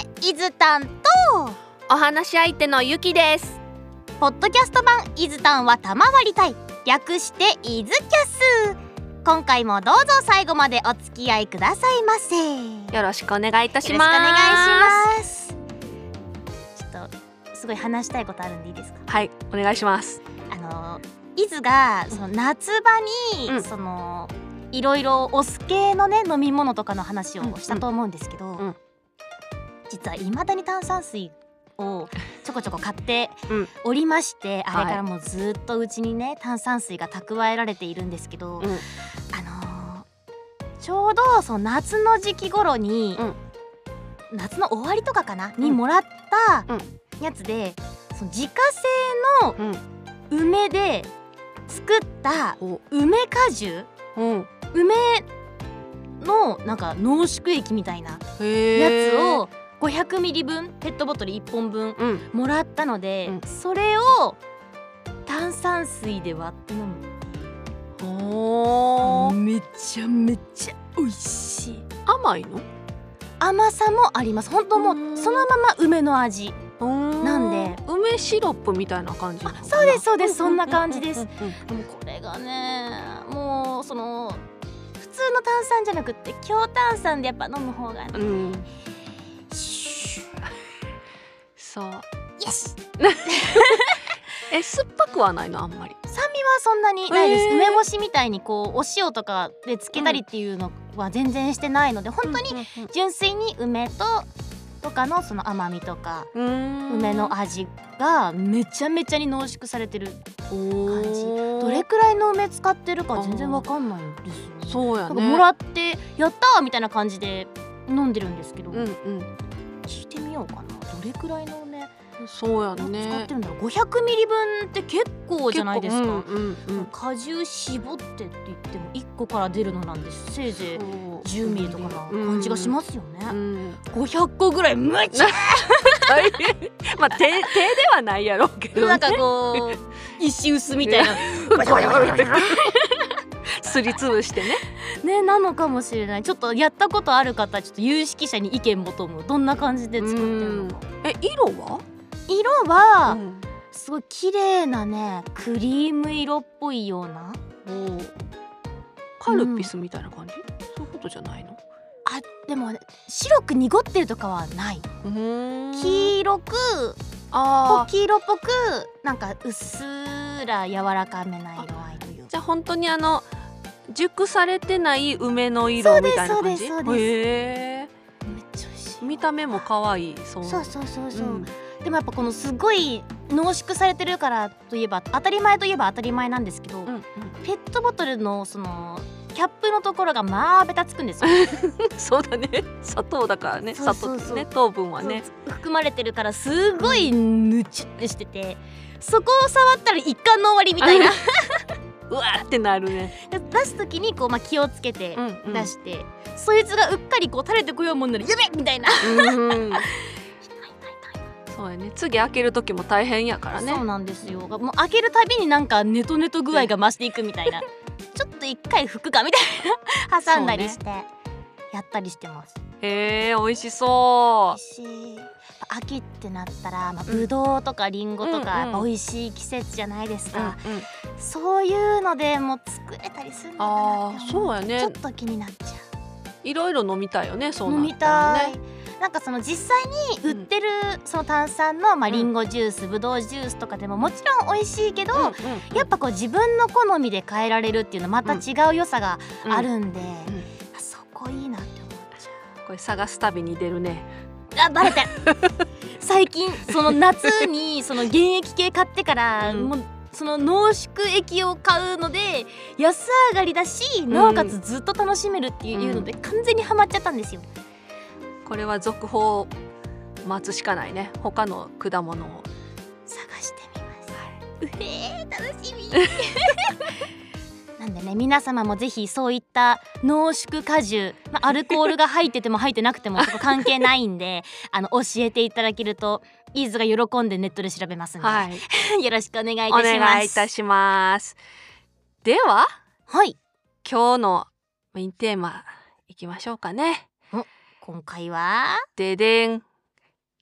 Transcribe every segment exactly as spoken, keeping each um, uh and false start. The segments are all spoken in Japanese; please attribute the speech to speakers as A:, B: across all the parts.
A: いずたんと
B: お話し相手のゆきです。
A: ポッドキャスト版いずたんは賜りたい、略していずキャス。今回もどうぞ最後までお付き合いくださいませ。
B: よろしくお願いいたします。
A: よろしくお願いします。ちょっとすごい話したいことあるんでいいですか？
B: はい、お願いします。
A: あのいずがその夏場に、
B: うん、
A: そのいろいろお酢系のね飲み物とかの話をしたと思うんですけど、うんうん、実は未だに炭酸水をちょこちょこ買っておりまして、うん、あれからもうずっとうちにね炭酸水が蓄えられているんですけど、うん、あのー、ちょうどその夏の時期頃に、うん、夏の終わりとかかな、うん、にもらったやつで、その自家製の梅で作った梅果汁、うん、梅のなんか濃縮液みたいなやつをごひゃくミリぶんペットボトルいっぽんぶんもらったので、うん、それを炭酸水で割って飲む。おー、めちゃめちゃ美味しい。
B: 甘いの？
A: 甘さもあります。本当もうそのまま梅の味なんで、
B: 梅シロップみたいな感じなのかな？
A: そうですそうです、そんな感じです。でもこれがね、もうその普通の炭酸じゃなくって強炭酸でやっぱ飲む方が、ね、うん、
B: そう
A: よし
B: え、酸っぱくはないの？あんまり
A: 酸味はそんなにないです。梅干しみたいにこうお塩とかでつけたりっていうのは全然してないので、本当に純粋に梅ととかのその甘みとか梅の味がめちゃめちゃに濃縮されてる感じ。どれくらいの梅使ってるか全然わかんないんですよね。
B: そうやね。
A: もらってやったーみたいな感じで飲んでるんですけど、うんうん、聞いてみようかな。どれくらいのね、
B: そうやね、
A: 使ってるんだろう。ごひゃくミリぶんって結構じゃないですか。
B: うんうんうん、
A: 果汁絞ってって言ってもいっこから出るのなんです。せいぜいじゅうミリとかな感じがしますよね。うん、ごひゃっこぐらいむちゃ
B: 大変まあ手、手ではないやろうけどね。
A: なんかこう石臼みたいな
B: すりつぶしてね
A: ね、なのかもしれない。ちょっとやったことある方、ちょっと有識者に意見求む。どんな感じで作ってるのか。
B: え、色は？
A: 色は、うん、すごい綺麗なねクリーム色っぽいような、お
B: カルピスみたいな感じ、うん、そういうことじゃないの？
A: あ、でも白く濁ってるとかはない。黄色くあ黄色っぽくなんかうっすら柔らかめな色合いという。
B: じゃあ本当にあの熟されてない梅の色みたいな感じ？
A: そうですそうですそうです。
B: へー、めっちゃ美味しい。見た目も可愛い。そう
A: そうそうそうそう、うん、でもやっぱこのすごい濃縮されてるからといえば当たり前といえば当たり前なんですけど、うんうん、ペットボトルのそのキャップのところがまあベタつくんですよ
B: そうだね、砂糖だからね。砂糖ね、糖分はね
A: 含まれてるからすごいぬちゅってしてて、そこを触ったら一貫の終わりみたいな
B: うわーってなるね。
A: 出す時にこう、まあ、気をつけて出して、うんうん、そいつがうっかりこう垂れてこようもんならやべみたいなうん
B: そうやね、次開ける時も大変やからね。
A: そうなんですよ。もう開けるたびになんかネトネト具合が増していくみたいなちょっと一回拭くかみたいな挟んだりしてやったりしてます。
B: へー、美味しそう。
A: 美味しい。秋ってなったら、まあ、ぶどうとかりんごとかやっぱ美味しい季節じゃないですか、うんうん、そういうのでもう作れたりするのかなって。あ、そうやね、ちょっと気になっちゃう。
B: いろいろ飲みたいよね。そうな
A: 飲みたい。なんかその実際に売ってるその炭酸のまあリンゴジュース、ぶどうジュースとかでももちろん美味しいけど、やっぱこう自分の好みで変えられるっていうのまた違う良さがあるんで、そこいいなって思っちゃう。
B: これ探すたびに出るね。
A: あ、バレて最近その夏にその原液系買ってから、うん、もうその濃縮液を買うので安上がりだし、なおかつずっと楽しめるっていうので、うん、完全にハマっちゃったんですよ。
B: これは続報を待つしかないね。他の果物を
A: 探してみます、はい、うへー楽しみなんでね、皆様もぜひそういった濃縮果汁、まあ、アルコールが入ってても入ってなくてもそこ関係ないんであの教えていただけるとイーズが喜んでネットで調べますんで、はい、よろしくお願いいたします。
B: お願いいたします。では、
A: はい、
B: 今日のメインテーマいきましょうかね。
A: 今回は
B: ででん、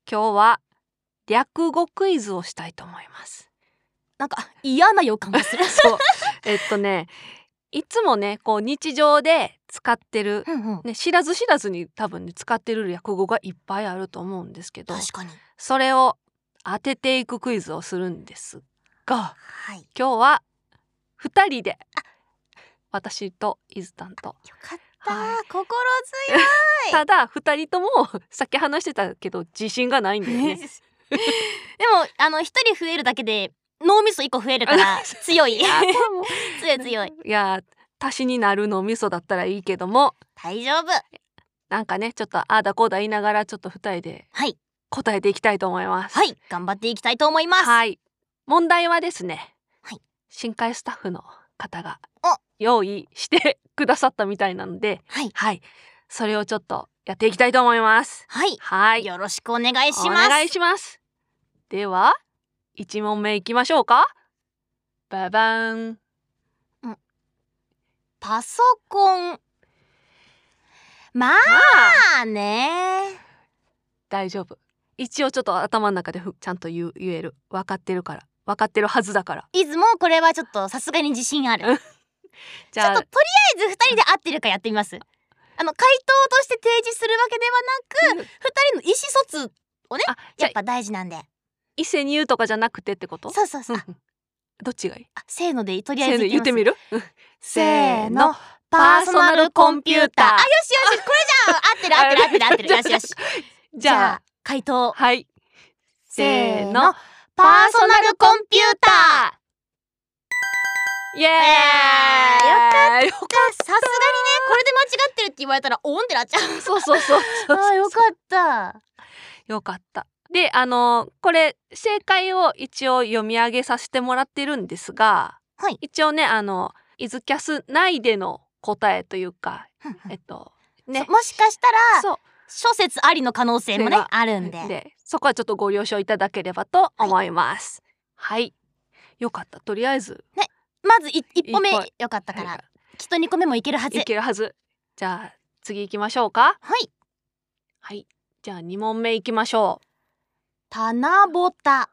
B: 今日は略語クイズをしたいと思います。
A: なんか嫌な予感がする
B: そうえっとねいつもねこう日常で使ってる、
A: うんうん、
B: ね、知らず知らずに多分ね使ってる略語がいっぱいあると思うんですけど、
A: 確かに
B: それを当てていくクイズをするんですが、
A: はい、
B: 今日はふたりで私と伊豆たんと。
A: よかった、
B: はい、
A: 心強い
B: ただふたりともさっき話してたけど自信がないんだよねで
A: もあのひとり増えるだけで脳みそいっこ増えるから強い強い強い。
B: いや足しになる脳みそだったらいいけども
A: 大丈夫。
B: なんかねちょっとああだこうだ言いながらちょっとふたりで答えていきたいと思います。
A: はい、頑張っていきたいと思います。
B: はい、問題はですね、
A: はい、
B: 深海スタッフの方が用意してくださったみたいなので、はい、はい、それをちょっとやっていきたいと思います。
A: はい、
B: はい、
A: よろしくお願いします。
B: お願いします。ではいち問目いきましょうか。ババーン、
A: うん、パソコン。まあね、
B: 大丈夫。一応ちょっと頭の中でちゃんと 言, 言える。分かってるから分かってるはずだから。
A: いつもこれはちょっとさすがに自信あるじゃあちょっととりあえずふたりで合ってるかやってみます。あの回答として提示するわけではなく、うん、ふたりの意思疎通をねやっぱ大事なんで。
B: 一斉に言うとかじゃなくてってこと？
A: そうそうそう
B: どっちがいい？
A: あ、せーのでとりあえず
B: 言ってみる
A: せーの、パーソナルコンピューター。あ、よしよし、これじゃあ合ってる合ってる合ってる合ってるよしよしじゃあ回答、
B: はい、せーの、
A: パーソナルコンピューター。イエーイ、よかった。さすがにねこれで間違ってるって言われたらオンってなっちゃう
B: そうそうそうそう
A: あ、よかった
B: よかった。で、あのこれ正解を一応読み上げさせてもらってるんですが、はい、一応ねあのイズキャス内での答えというかえっとね、
A: もしかしたら諸説ありの可能性もねあるんで、
B: でそこはちょっとご了承いただければと思います。はい、はい、よかった。とりあえず
A: ね、まずい一歩目よかったから、きっとにこめもいけるはず。
B: いけるはず。じゃあ次行きましょうか。
A: はい
B: はい、じゃあに問目行きましょう。
A: 棚ぼた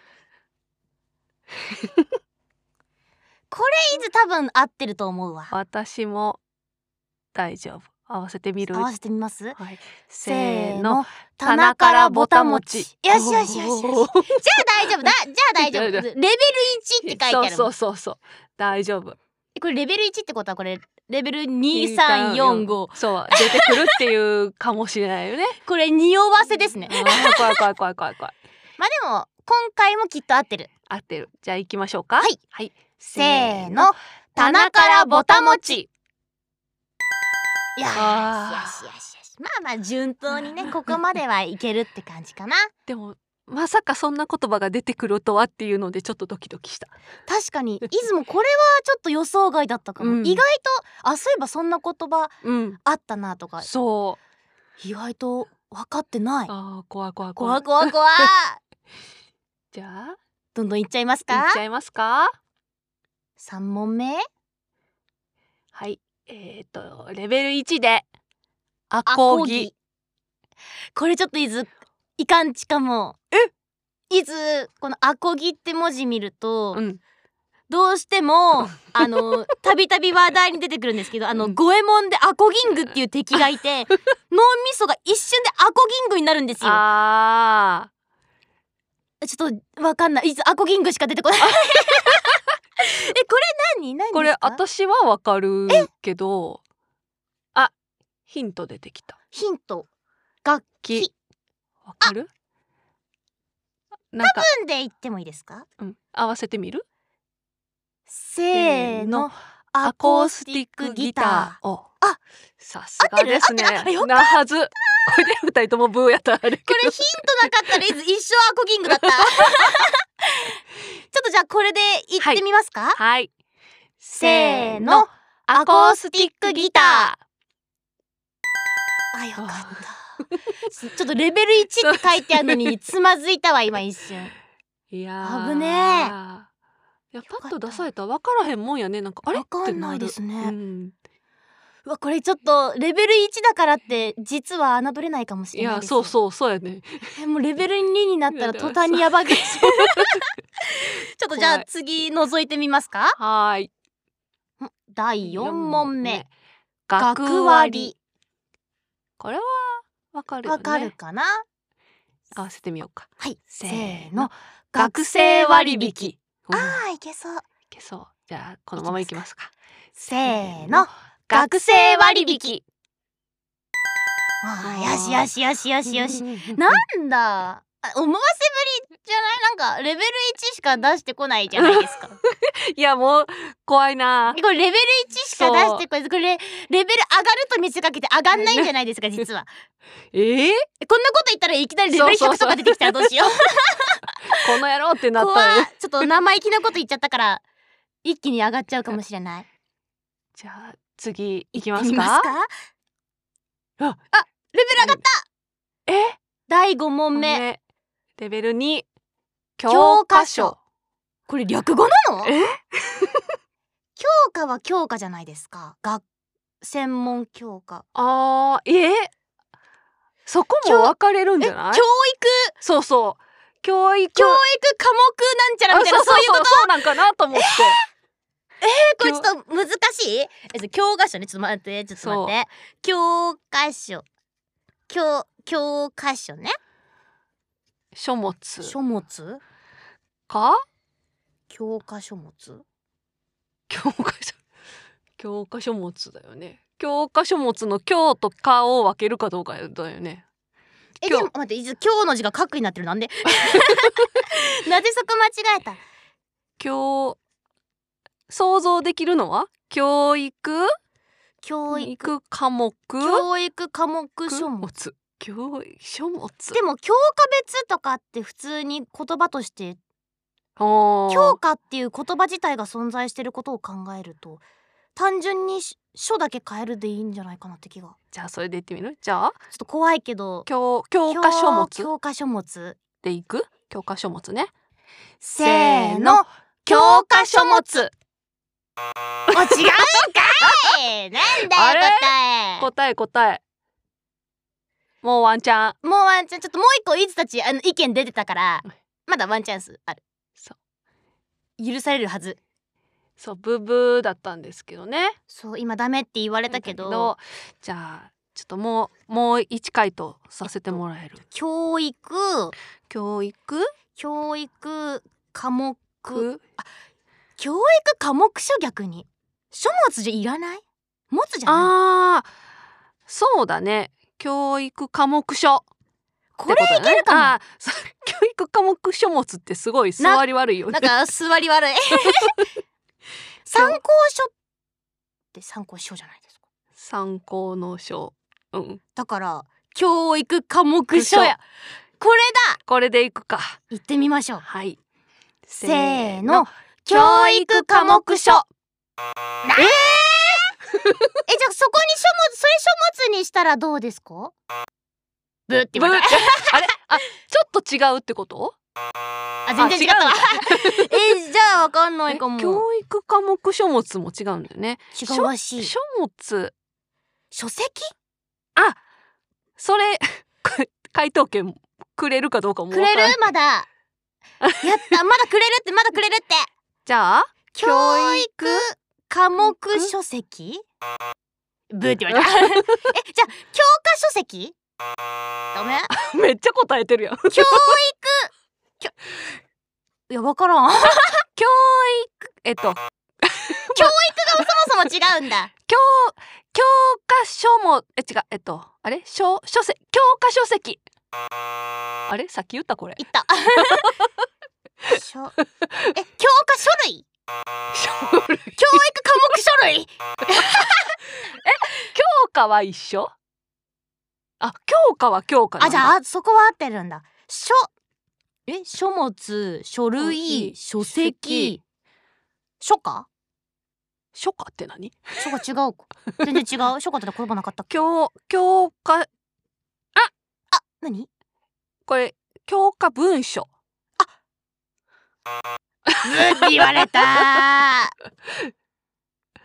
A: これいず多分合ってると思うわ。
B: 私も大丈夫。合わせてみる？
A: 合わせてみます、
B: はい、せーの、棚からぼたもち。
A: よしよしよしよしじゃあ大丈夫だ。じゃあ大丈夫レベルいちって書いてある。
B: そうそうそうそう、大丈夫。
A: これレベルいちってことはこれレベルにさんよんご
B: そう出てくるっていうかもしれないよね
A: これ匂わせですね
B: 怖い怖い怖い怖い怖い
A: まあでも今回もきっと合ってる
B: 合ってる。じゃあ行きましょうか。
A: はい、
B: はい、
A: せーの、棚からぼたもち。いやー、よしよしよし、まあまあ順当にねここまではいけるって感じかな
B: でもまさかそんな言葉が出てくるとはっていうのでちょっとドキドキした。
A: 確かに出雲これはちょっと予想外だったかも、うん、意外とあそういえばそんな言葉あったなとか、うん、そう意外と分かってない。
B: あー怖い怖い
A: 怖い怖い怖い
B: じゃあ
A: どんどんいっちゃいますか。
B: いっちゃいますか。
A: さん問目。
B: はい、えーとレベルいちでアコギ。
A: これちょっといずいかんちかも。
B: え
A: いずこのアコギって文字見ると、
B: うん、
A: どうしてもあのたびたび話題に出てくるんですけど、あの五右衛門でアコギングっていう敵がいて脳みそが一瞬でアコギングになるんですよ。
B: あ
A: ーちょっとわかんない。いずアコギングしか出てこないえこれ何何ですか。
B: これ私はわかるけど、あヒント出てきた。
A: ヒント楽器
B: わかる？
A: なんか多分で言ってもいいですか？
B: うん、合わせてみる？
A: せーの、アコースティックギター。
B: お、あ、さすがですね。なはず。これでふたりともブーやったらあるけど。
A: これヒントなかったらいず一生アコギングだった。ちょっとじゃあこれで言ってみますか？
B: はい。はい、
A: せーの、アコースティックギター。あ、よかった。ちょっとレベルいちって書いてあるのにつまずいたわ今一瞬。
B: いや
A: 危ねえ。
B: いやパッと出されたら分からへんもんやね。なんかあれ
A: 分かんないですね、
B: うん、
A: うわこれちょっとレベルいちだからって実は侮れないかもしれないです。
B: いやそうそうそうやね。
A: えもうレベルにになったら途端にやばくちょっとじゃあ次覗いてみますか。
B: はい。
A: だいよん問目、
B: 学割。これはわかるよね。
A: わかるかな。
B: 合わせてみようか。
A: はい、
B: せーの、学生割引。
A: あーいけそう。い
B: けそう。じゃあこのままいきますか。
A: せーの、学生割引。あーよしよしよしよしよし。なんだ思わせぶりじゃない。なんかレベルいちしか出してこないじゃないですか。
B: いやもう怖いな。
A: これレベルいちしか出してこない。これレベル上がると見せかけて上がんないんじゃないですか実は。
B: えー、
A: こんなこと言ったらいきなりレベルひゃくとか出てきたらどうしよう。
B: この野郎ってなったよ。
A: ちょっと生意気なこと言っちゃったから一気に上がっちゃうかもしれない。
B: じゃあ次いきますか。
A: いきますか。あ、あ、レベル上がった。
B: え、
A: だいご問目、
B: レベルに、教科書。
A: これ略語なの？
B: え
A: 教科は教科じゃないですか。学専門教科。
B: あー、えー、そこも分かれるんじゃない？
A: 教育。
B: そうそう。教育。
A: 教育科目なんちゃらみたいな、
B: そう
A: そういうこと。
B: そうなんかなと思って。
A: えー、これちょっと難しい。え、教科書ね、ちょっと待って、ちょっと待って。教科書。教教科書ね。
B: 書物。
A: 書物。
B: か？
A: 教科書物。
B: 教科書。教科書物だよね。教科書物の教と科を分けるかどうかだよね。
A: え、でも待って、今日の字が角になってる。なんで？なぜそこ間違えた？
B: 教、想像できるのは教育、
A: 教育
B: 科目、
A: 教育科目書物。
B: 教育書物。
A: でも教科別とかって普通に言葉として教科っていう言葉自体が存在してることを考えると単純に書だけ変えるでいいんじゃないかなって気が。
B: じゃあそれで言ってみる。じゃあ
A: ちょっと怖いけど
B: 教教科書物
A: 教科書物
B: でいく。教科書物ね。
A: せーの、教科書物。お、違うんかい。なんだよ答え。
B: 答え答え。もうワンチャン。
A: もうワンチャン。ちょっともう一個いつたちあの意見出てたからまだワンチャンスある。そう許されるはず。
B: そうブブーだったんですけどね。
A: そう今ダメって言われたけど、
B: じゃあちょっともうもう一回答させてもらえる。
A: 教育
B: 教育
A: 教育科目あ教育科目書。逆に書物じゃいらない？持つじゃない？
B: あーそうだね。教育科目書。
A: これいけるかも。
B: 教育科目書物ってすごい座り悪いよね。
A: なんか座り悪い。参考書って参考書じゃないですか。
B: 参考の書。うん。
A: だから教育科目書や。これだ。これでいくか。行ってみましょう。
B: はい。
A: せーの。教育科目書。えー、え、じゃあそこに書物、それ書物にしたらどうですか？ブって言われた。
B: あれ、あ、ちょっと違うってこと？
A: あ、全然違ったわ。え、じゃあわかんないかも。
B: 教育科目書物も違うんだよね。
A: 違うらしい。
B: 書物。
A: 書籍？
B: あ、それ回答権くれるかどうかも
A: くれる？まだ。やった、まだくれるって、まだくれるって。
B: じゃあ
A: 教育科目書籍？ブーって言われた。え、じゃあ教科書籍？ダメ？
B: めっちゃ答えてるやん。
A: 教育きょいや分からん。
B: 教育えっと教育が
A: そもそも違うんだ。
B: 教教科書もえ違うえっとあれ書書籍教科書籍あれさっき言ったこれ
A: 言った。書え教科書類教育科目書類え
B: 教科は一緒？あ、教科は教科なんだ。
A: あ、じゃあそこは合ってるんだ。書え書物書類書籍書家
B: 書家って何？
A: 書家違うか。全然違う。書家って言葉なかったっけ？
B: 教教科あ
A: あ何？
B: これ教科文書。
A: あブーって言われた。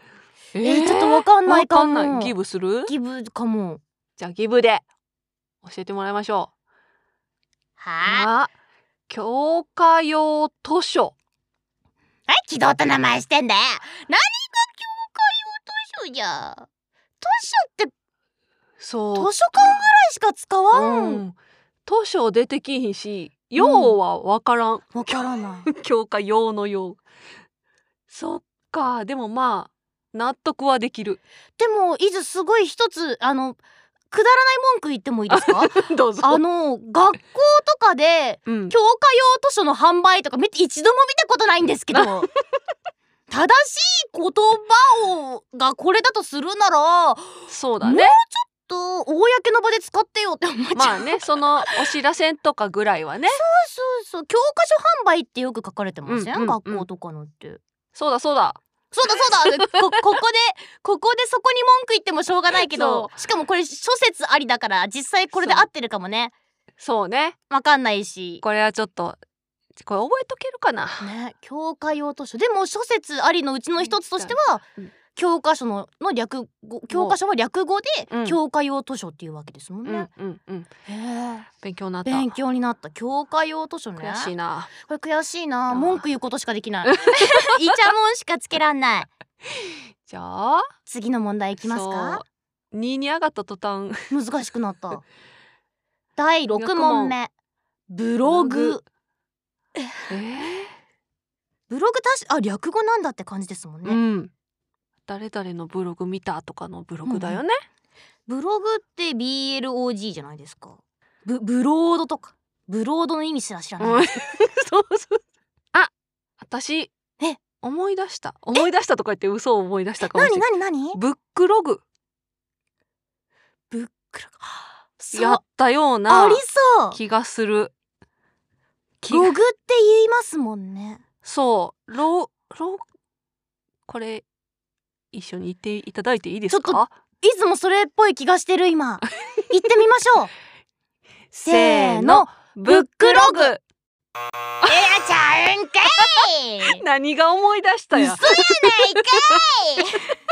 A: えー、ちょっとわかんないかも。
B: わかんない。ギブする？
A: ギブかも。
B: じゃあギブで教えてもらいましょう。
A: はあ、
B: 教科用図書。
A: はい、気取った名前してんだよ。何が教科用図書じゃ。図書ってそう図書館ぐらいしか使わん、うん、
B: 図書出てきひんし、用はわからん、わ、
A: うん、からない
B: 教科用の用。そっか。でもまあ納得はできる。
A: でもいずすごい一つあのくだらない文句言ってもいいですか？
B: どうぞ。
A: あの学校とかで、うん、教科用図書の販売とか一度も見たことないんですけど正しい言葉をがこれだとするなら、
B: そうだね、
A: もうちょっと公の場で使ってよって思っちゃう。
B: まあね、そのお知らせとかぐらいはね
A: そうそうそう、教科書販売ってよく書かれてません、うんうんうん、学校とかのって。
B: そうだそうだ
A: そうだそうだこ, ここでここでそこに文句言ってもしょうがないけど、しかもこれ諸説ありだから実際これで合ってるかもね。
B: そうね、
A: わかんないし、
B: これはちょっとこれ覚えとけるかな
A: ね。教科用図書でも諸説ありのうちの一つとしては、うん、教科書 の, の略語教科書は略語で、うん、教科用図書っていうわけですもんね、うんうんうん、へえ、
B: 勉強になった。
A: 勉強になった。教科用図書ね。
B: 悔しいな。
A: これ悔しいな。文句言うことしかできないイチャモンしかつけらんない
B: じゃあ
A: 次の問題いきますか。
B: にに上がった途端
A: 難しくなっただいろく問目、ブログ。えー、ブログたしあ略語なんだって感じですもんね、うん、
B: 誰々のブログ見たとかのブログだよね、
A: うん、ブログって ビーエルオージー じゃないですか。 ブ, ブロードとかブロードの意味すら知らない、うん、
B: そうそう。あ、私え思い出した思い出したとか言って嘘を思い出したかもしれない。
A: 何何何？
B: ブックログ。
A: ブックロ
B: グやったような気がする。
A: ログって言いますもんね。
B: そうロロこれ一緒に言っていただいていいですか？
A: ちょっといつもそれっぽい気がしてる今言ってみましょう
B: せーの、ブックログ。えや
A: ちゃうんかい
B: 何が思い出したや。
A: 嘘やないかい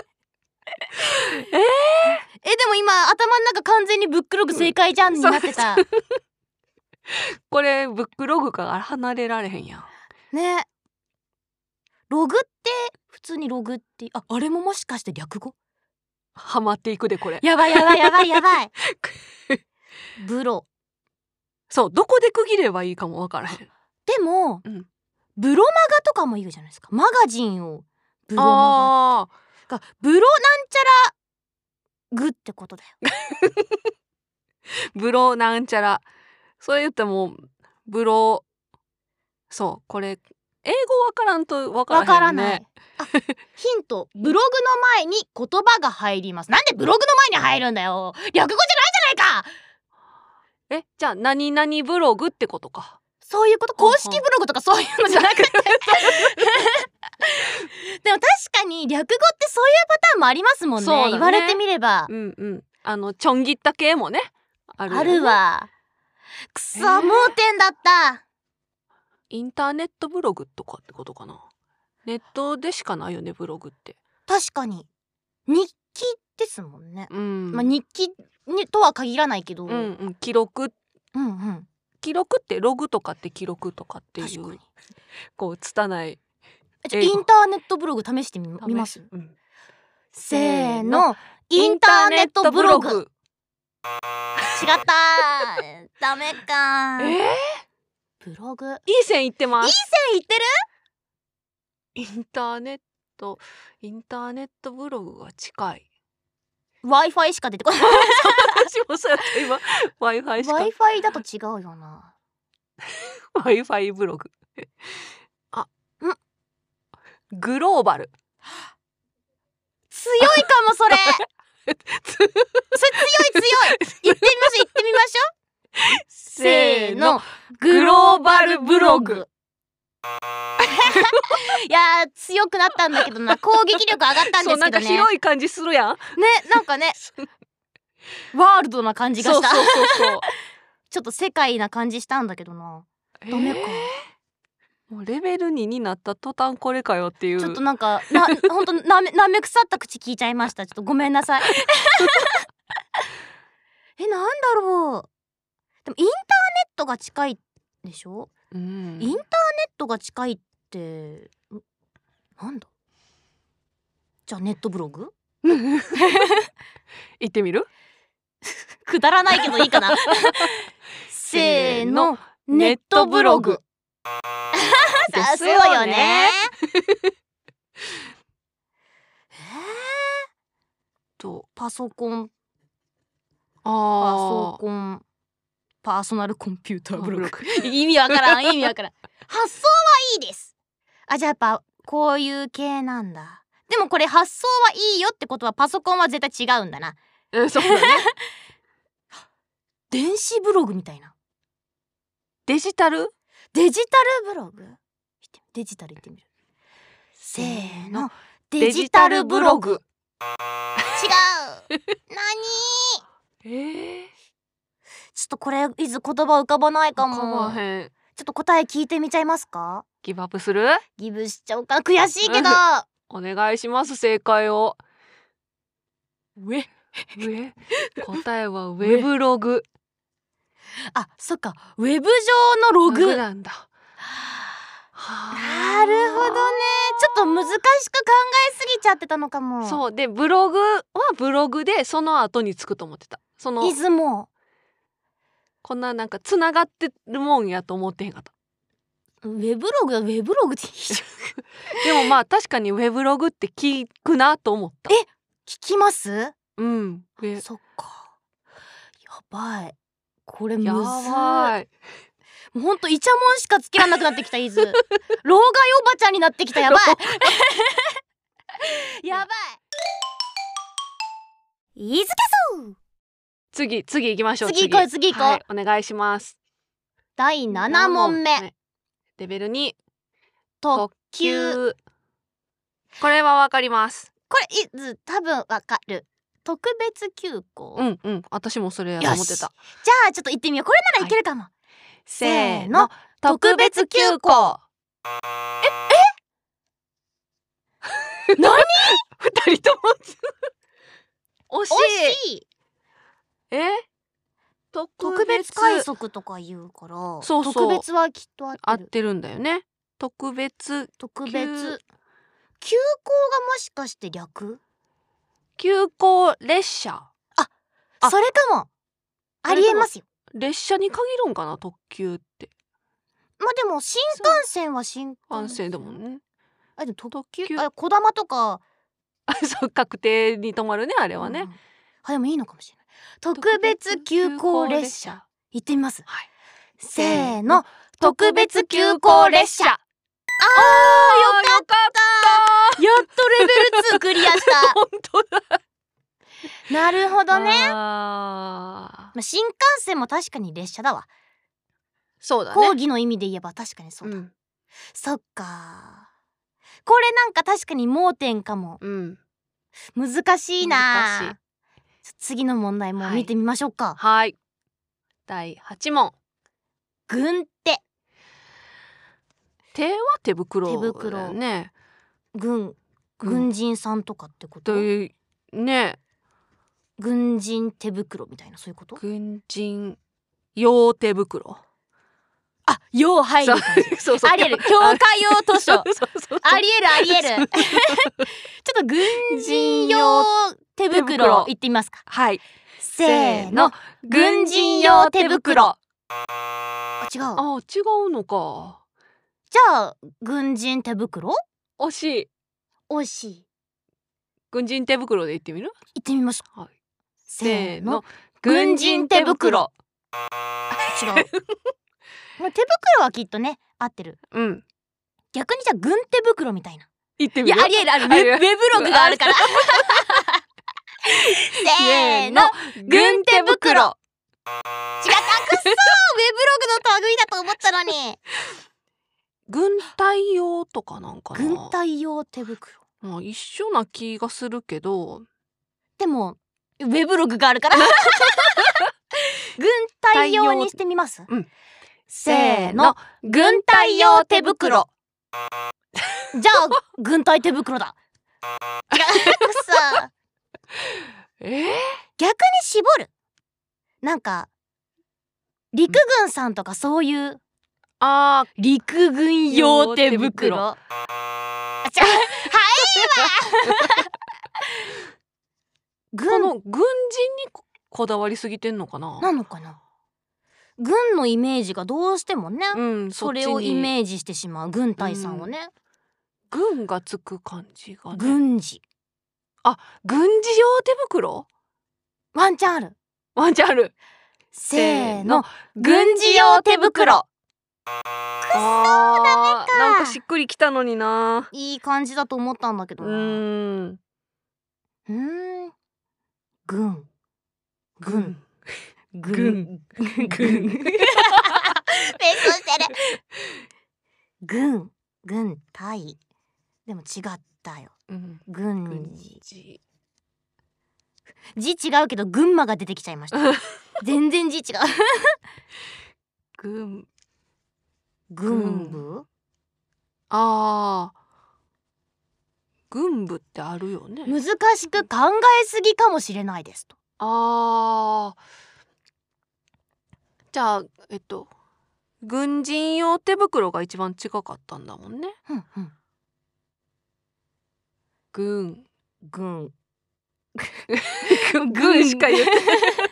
A: えー、えでも今頭の中完全にブックログ正解じゃんになってた、うん、
B: これブックログから離れられへんやん
A: ね。ログって普通にログってああれももしかして略語？
B: ハマっていくでこれ。
A: やばいやばいやばいやばいブロ。
B: そうどこで区切ればいいかもわからへん。
A: でも、うん、ブロマガとかも言うじゃないですか。マガジンをブロマガがブロなんちゃらグってことだよ
B: ブロなんちゃら。そう言ってもブロそうこれ英語わからんとわからへんね。わからない。あヒント、ブログの前に言葉が入ります。なんでブログの前に入るんだよ。略語じゃないじゃないか。えじゃあ何々ブログってことか。そういうこと。公式ブログとかそういうのじゃなくてでも確かに略語ってそういうパターンもありますもん ね, ね言われてみれば。うんうん。あのちょん切った系もねあるよね。あるわ。くそ、盲点だった。インターネットブログとかってことかな。ネットでしかないよねブログって。確かに日記ですもんね、うんまあ、日記にとは限らないけど、うんうん、記録、うんうん、記録ってログとかって記録とかっていうこう拙い。じゃインターネットブログ試してみます、うん、せーのインターネットブログ。違ったダメか。えーブログいい線いってます。いい線いってる。インターネットインターネットブログが近い。 Wi-Fi しか出てこない私もそうやった今 Wi-Fi しか Wi-Fi だと違うよなWi-Fi ブログあんグローバル強いかもそれそれ強い強い言ってみましょう言ってみましょうせーのグローバルブログいやー強くなったんだけどな。攻撃力上がったんですけどね。そうなんか広い感じするやんね。なんかねワールドな感じがした。そうそうそうそうちょっと世界な感じしたんだけどな。ダメか、えー、 もうレベルにになった途端これかよっていう。
A: ちょっとなんかなほんとなめなめ腐った口聞いちゃいました。ちょっとごめんなさい。え、なんだろう。でもインターネットが近いでしょ。
B: うん、
A: インターネットが近いってなんだ。じゃあネットブログ
B: 行ってみる。
A: くだらないけどいいかな。せーの、ネットブログ。さそうよね。えー、とパソコンパソコンパーソナルコンピューターブログ。意味わからん意味わからん。発想はいいです。あ、じゃあやっぱこういう系なんだ。でもこれ発想はいいよってことはパソコンは絶対違うんだな。
B: うん、そうだね。
A: 電子ブログみたいな。
B: デジタル
A: デジタルブログ。デジタル言ってみる。せーの、デジタルブログ。違う。何？
B: えー、
A: ちょっとこれいず言葉浮かばないかも。
B: 浮かばへん。
A: ちょっと答え聞いてみちゃいますか？
B: ギブアップする？
A: ギブしちゃおうか。悔しいけど。
B: お願いします。正解を。
A: 上
B: 上答えはウェブログ。
A: あ、そっか、ウェブ上のログ
B: なんだ。
A: なるほどね。ちょっと難しく考えすぎちゃってたのかも。
B: そうで、ブログはブログでその後につくと思ってた。その
A: 出雲
B: こんななんかつながってるもんやと思ってへんかった。
A: ウェブログはウェブログっていいじ
B: ゃん。でもまあ確かにウェブログって聞くなと思った。
A: え、聞きます？
B: うん。
A: そっか。やばい。これむずい。
B: やばい。
A: もうほんとイチャモンしかつけらんなくなってきたイズ。老害おばちゃんになってきた。やばい。やばい。イズキャス。
B: 次次行きましょう。
A: 次行こう次行こう、はい、
B: お願いします。
A: だいななもんめ。
B: レベルに
A: 特急。
B: これはわかります。
A: これいず多分わかる。特別急行。
B: うんうん、私もそれやと思ってた。
A: じゃあちょっと行ってみよう。これならいけるかも。はい、
B: せーの、特別急行。ええ何？二人とも惜しい。惜しい。え？
A: 特別快速とか言うから、そうそう、特別はきっと合ってる。
B: 合ってるんだよね。特別
A: 特別急行がもしかして略？
B: 急行列車。
A: あ、あ、それかも。ありえますよ。
B: 列車に限るんかな、特急って。
A: まあでも新幹線は新
B: 幹線だもんね。
A: あ、でも特急、あ、こだまとか
B: そう、確定に止まるね、あれはね。うん、
A: あ、でもいいのかもしれない。特別急行列車行ってみます。はい、せーの、特別急行列車。あー、よかった。やっとレベルツークリアした。
B: 本当だ。
A: なるほどね。まあ、新幹線も確かに列車だわ。
B: そうだね。
A: 講義の意味で言えば確かにそうだ。うん、そっか。これなんか確かに盲点かも。うん、難しいな。難しい。次の問題も見てみましょうか。
B: はい。だいはち問。
A: 軍手。
B: 手は手袋だよね。手袋ね。
A: 軍軍人さんとかってこと？
B: ね。
A: 軍人手袋みたいな、そういうこと？
B: 軍人用手袋。
A: あ、用入る感じ。そうそう、ありえる。教科用図書。ありえるありえる。ちょっと軍人用手袋いってみますか。
B: はい。
A: せーの、軍人用手袋。あ、違う。
B: あ、違うのか。
A: じゃあ軍人手袋？
B: 惜しい。
A: 惜しい。軍
B: 人手袋で言ってみる？
A: 言ってみましょう。はい、
B: せーの、軍人手袋。
A: 違う。手袋はきっとね、合ってる。うん。逆にじゃあ軍手袋みたいな。
B: 言ってみる？
A: いや、ありえるある。ウェブログがあるから。せーの、軍手袋。違った。くっそー、ウェブログの類だと思ったのに。
B: 軍隊用とかなんかな。
A: 軍隊用手袋。
B: まあ一緒な気がするけど。
A: でもウェブログがあるから。軍隊用にしてみます。
B: うん。 せーの、軍隊用手袋。
A: じゃあ軍隊手袋だ。違うくさ
B: えー、
A: 逆に絞る。なんか陸軍さんとかそういう、
B: あー
A: 陸軍用手袋。あちゃはい
B: わこの軍人にこだわりすぎてんのかな。
A: なのかな。軍のイメージがどうしてもね、
B: うん、
A: それをイメージしてしまう軍隊さんをね、
B: うん、軍がつく感じがね。
A: 軍事。
B: あ、軍事用手袋。
A: ワンチャンある。
B: ワンチャンある。
A: せーの、軍事用手袋。くそー、ダメか。
B: なんかしっくりきたのにな。
A: いい感じだと思ったんだけどな。うーん。うーん。軍。軍。軍。軍。軍。勉強してる。軍。軍隊。でも違ったよ。うん、軍事。字違うけど群馬が出てきちゃいました。全然字違う。
B: 軍。
A: 軍部。
B: ああ。軍部ってあるよね。
A: 難しく考えすぎかもしれないですと。
B: ああ。じゃあえっと軍人用手袋が一番近かったんだもんね。
A: うんうん。
B: 軍。
A: 軍。
B: 軍しか言ってない。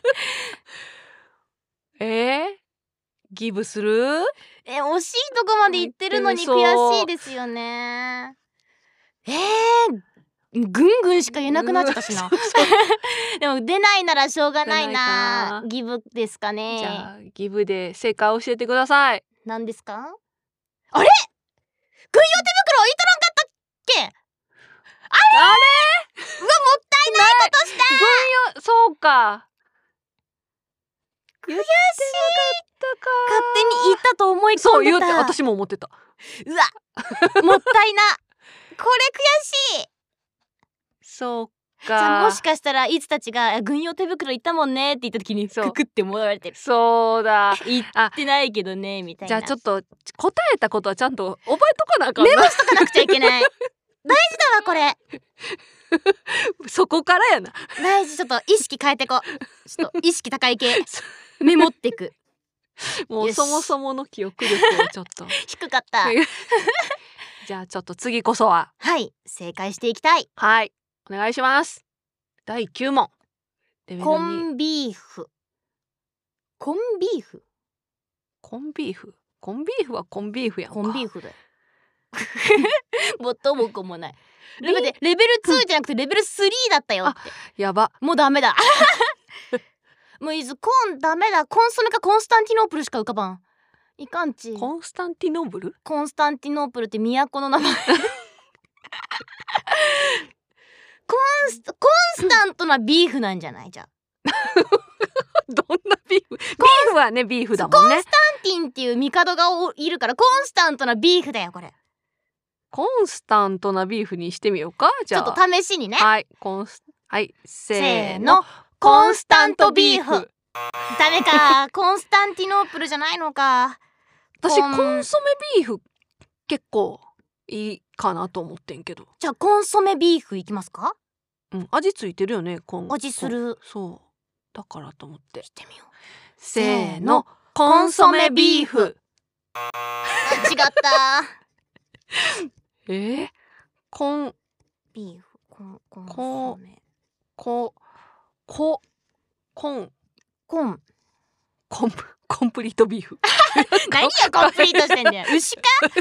B: えー、ギブする？
A: え、惜しいとこまで行ってるのに悔しいですよね。えー、ぐんぐんしか言えなくなっちゃったしな。でも出ないならしょうがないな。ギブですかね。
B: じゃあギブで正解を教えてください。
A: 何ですか？あれ？軍用手袋置いとらんかったっけ？あれ？あれ？うわ、もったいないことした。
B: 軍用、そうか。
A: 悔しい。勝手に言ったと思い込んでた。
B: そう言って、私も思ってた。
A: うわ、もったいな。これ悔しい。
B: そうか。
A: じゃあもしかしたらいつたちが軍用手袋言ったもんねって言った時にククってもらわれてる。
B: そうだ。
A: 言ってないけどねみたいな。
B: じゃあちょっと答えたことはちゃんと覚えとかなあかんな。
A: メモしとかなくちゃいけない。大事だわこれ。
B: そこからやな。
A: 大事。ちょっと意識変えてこう。ちょっと意識高い系メモってく。
B: もうそもそもの記憶力をちょっと
A: 低かった。
B: じゃあちょっと次こそは
A: はい正解していきたい。
B: はいお願いします。だいきゅう問。
A: コンビーフ。コンビーフ。
B: コンビーフ。コンビーフはコンビーフやんか。
A: コンビーフだよ。元も子もない。レベルレベルツーじゃなくてレベルスリーだったよって。
B: やば。
A: もうダメだ。もういずコンダメだ。コンソメかコンスタンティノープルしか浮かばん。いかんち。
B: コンスタンティノープル？
A: コンスタンティノープルって都の名前。コンスコンスタントなビーフなんじゃない？じゃあ。
B: どんなビーフ？ビーフはねビーフだもんね。
A: コンスタンティンっていう帝がいるからコンスタントなビーフだよこれ。
B: コンスタントなビーフにしてみようか。じゃあ
A: ちょっと試しにね。
B: はいコンスはいせ
A: ーのコンスタントビーフ。ダメか。コンスタンティノープルじゃないのか。
B: 私コンソメビーフ結構いいかなと思ってんけど。
A: じゃあコンソメビーフいきますか？
B: うん、味ついてるよね。コン
A: 味する。
B: そうだからと思って
A: してみよう。
B: せーのコンソメビーフ。
A: 違った
B: えー、コン
A: ビーフコンコン
B: ソメコココン
A: コン
B: コンコンプリートビーフ。
A: 何がコンプリートしてんだよ。牛か。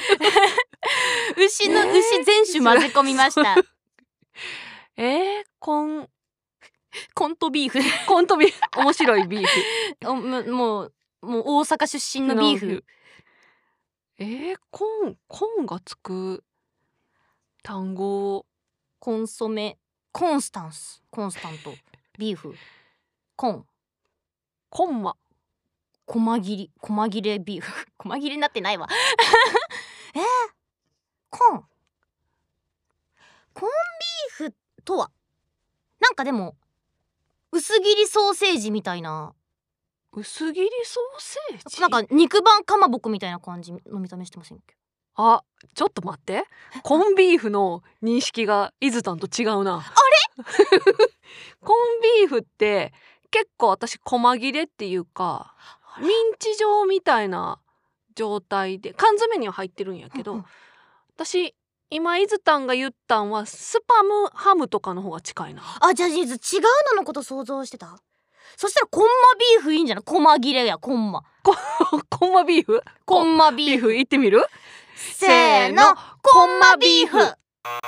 A: 牛の牛全種混ぜ込みました。
B: えー、コン
A: コントビーフ。
B: コントビーフ。面白いビーフ。
A: おももうもう大阪出身のビーフ。
B: えー、コンコンがつく単語。
A: コンソメコンスタンスコンスタントビーフコン
B: コンマ
A: 細切り細切れビーフ。細切れになってないわ。えー、コンコンビーフとはなんかでも薄切りソーセージみたいな
B: 薄切りソーセージ、
A: なんか肉板かまぼこみたいな感じの見た目してませんっけ？
B: あ、ちょっと待って、コンビーフの認識がイズタンと違うな。あれコンビーフって結構私細切れっていうかミンチ状みたいな状態で缶詰には入ってるんやけど、うんうん、私今イズタンが言ったんはスパムハムとかの方が近いな。
A: あ、じゃあ違うののこと想像してた。そしたらコンマビーフいいんじゃない？コマ切れや、コンマ
B: コンマビーフ
A: コンマビーフ
B: 言ってみる？
A: せーの、コンマビーフ。なんだ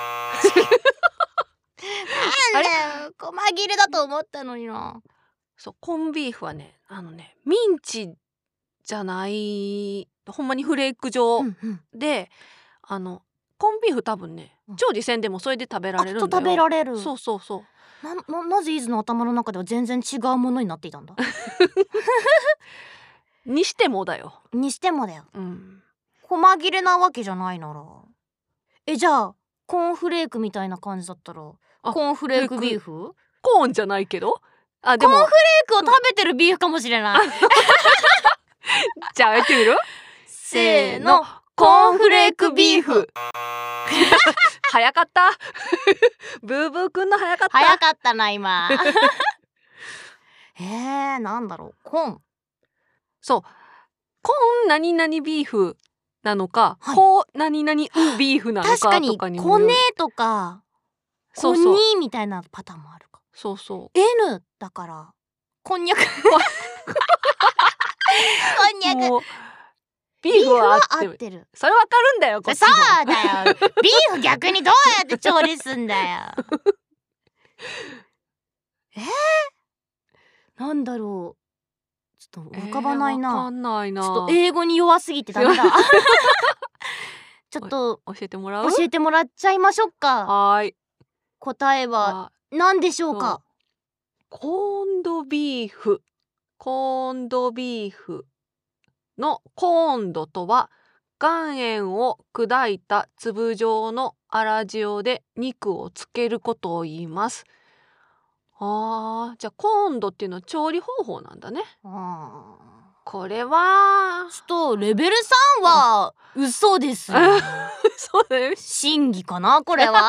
A: よ、コマ切れだと思ったのにな。
B: そう、コンビーフはね、あのね、ミンチじゃないほんまにフレーク状で、うんうん、あのコンビーフ多分ね、調理せんでもそれで食べられるんだよ。
A: 食べられる。
B: そうそうそう。
A: な, な, なぜイズの頭の中では全然違うものになっていたんだ
B: にしてもだよ。
A: にしてもだよ。
B: うん。
A: 細切れなわけじゃないなら、え、じゃあコーンフレークみたいな感じだったらコーンフレークビーフ？
B: コーンじゃないけど、あ、でも
A: コーンフレークを食べてるビーフかもしれない
B: じゃあやってみる？
A: せーの、コーンフレークビーフ
B: 早かったブーブーくんの早かった。
A: 早かったな今えー、なんだろう、コーン、
B: そう、コーン何々ビーフなのか、はい、コー何々ウビーフなのかとかにもよる。
A: 確かにコネとかコニーみたいなパターンもあるか。
B: そうそう。
A: N だからこんにゃくこんにゃく、
B: ビーフは合ってる。それわかるんだよ、こっちも。
A: そうだよビーフ逆にどうやって調理すんだよえー、なんだろう、ちょっと浮かばないな。
B: えー、わかんないな。
A: ちょっと英語に弱すぎてダメだちょっと
B: 教えてもらう？
A: 教えてもらっちゃいましょうか。
B: はい。
A: 答えは何でしょうか？
B: コーンドビーフ。コーンドビーフのコーンドとは岩塩を砕いた粒状の粗塩で肉をつけることを言います。あー、じゃあコーンドっていうのは調理方法なんだね。あ、これは
A: ちょっとレベルさんは嘘です
B: そうだね、
A: 真偽かなこれは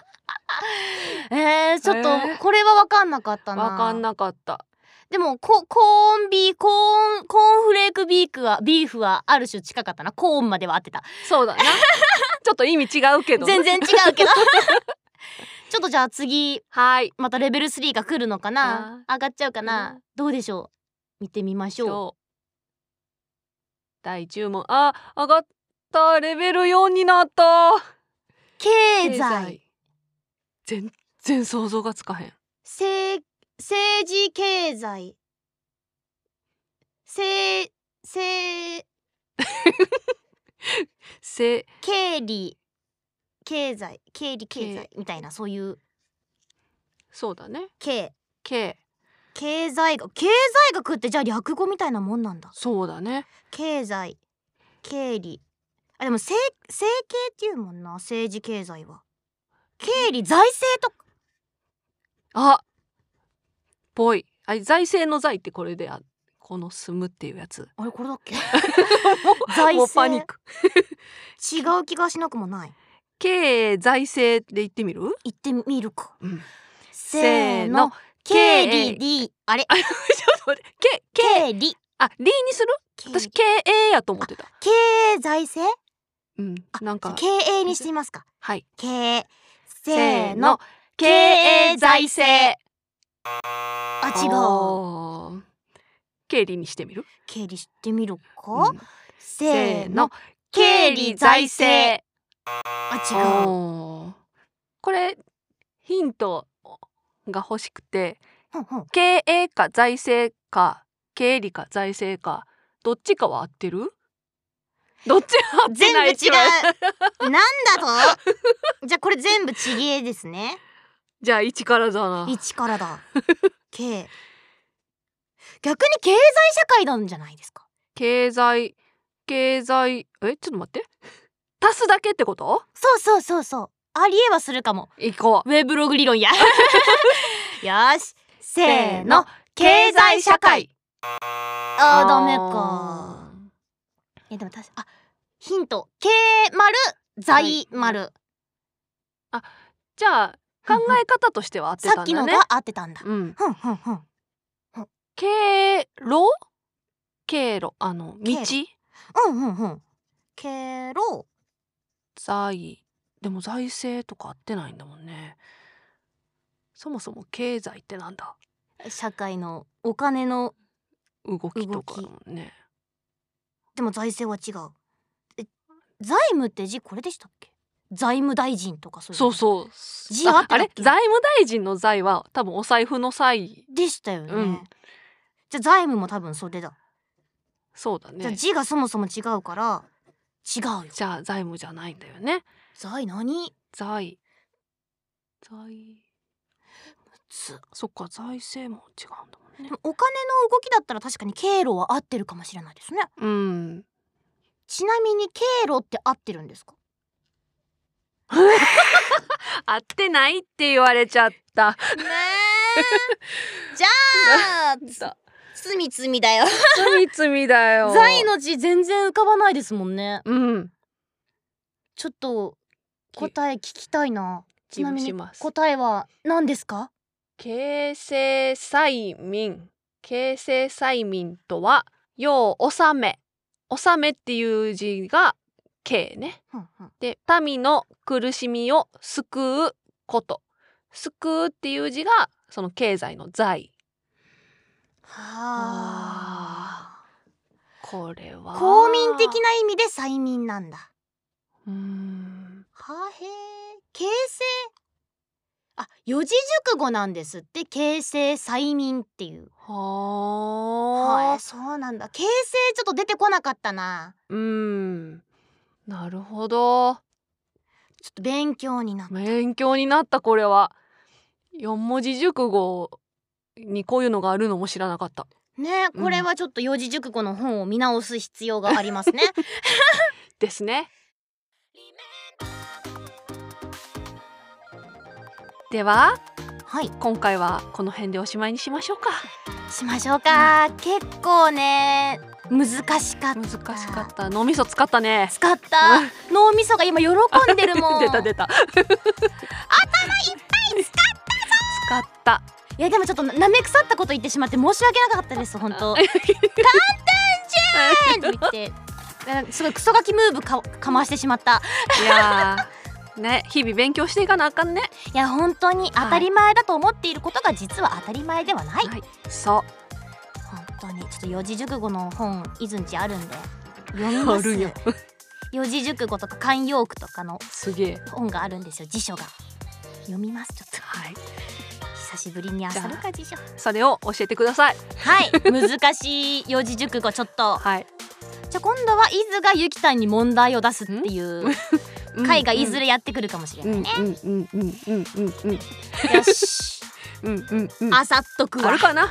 A: えー、ちょっとこれは分かんなかったな。
B: 分かんなかった。
A: でもココーンビーコーンコーンフレークビーフはビーフはある種近かったな。コーンまでは合ってた。
B: そうだなちょっと意味違うけど
A: 全然違うけどちょっとじゃあ次、
B: はい、
A: またレベルスリーが来るのかな、上がっちゃうかな、うん、どうでしょう、見てみましょう。
B: だいじゅう問、あ、上がった、レベルよんになった。
A: 経済、
B: 全然想像がつかへん。
A: せ政治経済、せせ
B: せ
A: 経理経済経理経済みたいな、そういう。
B: そうだね。
A: 経
B: 経
A: 経済学、経済学ってじゃあ略語みたいなもんなんだ。
B: そうだね。
A: 経済経理、あ、でも政政経っていうもんな、政治経済は。経理財政とか、
B: あ、ぽい。あ、財政の財ってこれで、あ、この住むっていうやつ。
A: あれこれだっけ財政、
B: もうパニック
A: 違う気がしなくもない。
B: 経財政で言ってみる？
A: 言ってみるか、うん、
B: せーの、
A: 経理理、あれちょっ
B: と待って、
A: 経理、
B: あ、理にする？私経営やと思ってた。
A: 経済政、
B: うん、なんか
A: 経営にしてみますか。
B: はい、
A: 経、せーの、
B: 経営財政。
A: あ、違う。
B: 経理にしてみる？
A: 経理してみるか、うん、せーの、
B: 経理財政。
A: あ、違う。
B: これヒントが欲しくて、
A: ほんほん、
B: 経営か財政か経理か財政かどっちかは合ってる？どっちは合ってない？
A: 全部違うなんだとじゃあこれ全部ちげえですね。
B: じゃあいちからだな。
A: いちからだ経、逆に経済社会なんじゃないですか。
B: 経済経済、え、ちょっと待って、足すだけってこと？
A: そうそうそうそう、ありえはするかも。
B: 行こ
A: う、ウェブログ理論やよし、せーの、経済社会。 あーダメか。えでも確かあヒント桂丸在丸、はい、
B: あじゃあ考え方としては合ってたんだね。
A: さっきのが合ってたんだ。
B: うん。
A: ふんふんふん。
B: 経路経路あの道。
A: うんうんうん。経路
B: 財でも財政とか合ってないんだもんね。そもそも経済ってなんだ。
A: 社会のお金の
B: 動きとかだもんね。
A: でも財政は違う。え財務って字これでしたっけ？財務大臣とかそういう。
B: そうそう。
A: 字あってたっけ？
B: あれ財務大臣の財は多分お財布の財
A: でしたよね。
B: うん、
A: じゃあ財務も多分それだ。
B: そうだね。
A: じゃあ字がそもそも違うから違うよ。
B: じゃあ財務じゃないんだよね。
A: 財何？
B: 財財そっか財政も違うんだもんね。
A: お金の動きだったら確かに経路は合ってるかもしれないですね。
B: うん。ち
A: なみに経路って合ってるんですか？
B: 合ってないって言われちゃった。ね
A: え。じゃあつみつみだよ。
B: つみつみだよ。
A: 財の字全然浮かばないですもんね。
B: うん。ち
A: ょっと答え聞きたいな。ちなみに答えは何ですか？
B: 形成催眠。形成催眠とは要納め。納めっていう字が形ね。うんうん、で民の苦しみを救うこと。救うっていう字がその経済の財。はあ。これは
A: 公民的な意味で催眠なんだ。
B: うーん。
A: はへえ。形成あ四字熟語なんですって。形成催眠っていう。はあ。そうなんだ。形成ちょっと出てこなかったな。
B: うーん。なるほど。
A: ちょっと勉強になった。
B: 勉強になった。これは四文字熟語にこういうのがあるのも知らなかった
A: ね。これはちょっと四字熟語の本を見直す必要がありますね。
B: ですね。では、はい、今回はこの辺でおしまいにしましょうか。
A: しましょうか。うん、結構ね難しかった。難
B: しかった。脳みそ使ったね。
A: 使った。脳みそが今喜んでるもん。
B: 出た出た。頭いっぱい使
A: ったぞ。
B: 使った。
A: いやでもちょっとなめ腐ったこと言ってしまって申し訳なかったです本当。簡単じゃんって言ってすごいクソガキムーブ か, かましてしまった。
B: いやね、日々勉強していかなあかんね。
A: いや本当に当たり前だと思っていることが実は当たり前ではない。はい、
B: そう。
A: 本当にちょっと四字熟語の本いずんちあるんで読みます。あるよ。四字熟語とか慣用句とかの
B: すげえ
A: 本があるんですよ。辞書が読みますちょっと。
B: はい。
A: 久しぶりに漁るか辞書。
B: それを教えてください。
A: はい難しい四字熟語ちょっと。はい。じゃあ今度は伊豆がゆきたんに問題を出すっていう回がいずれやってくるかもしれないね。よし。うんうんうん。あさっとくわ。
B: あるかな。い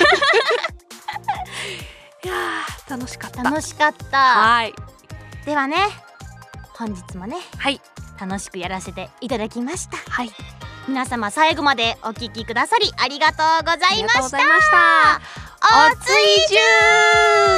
B: やー楽しかった。
A: 楽しかった。はい。ではね本日もね、はい、楽しくやらせていただきました。はい。皆様最後までお聞きくださりありがとうございました。
B: おついじゅー。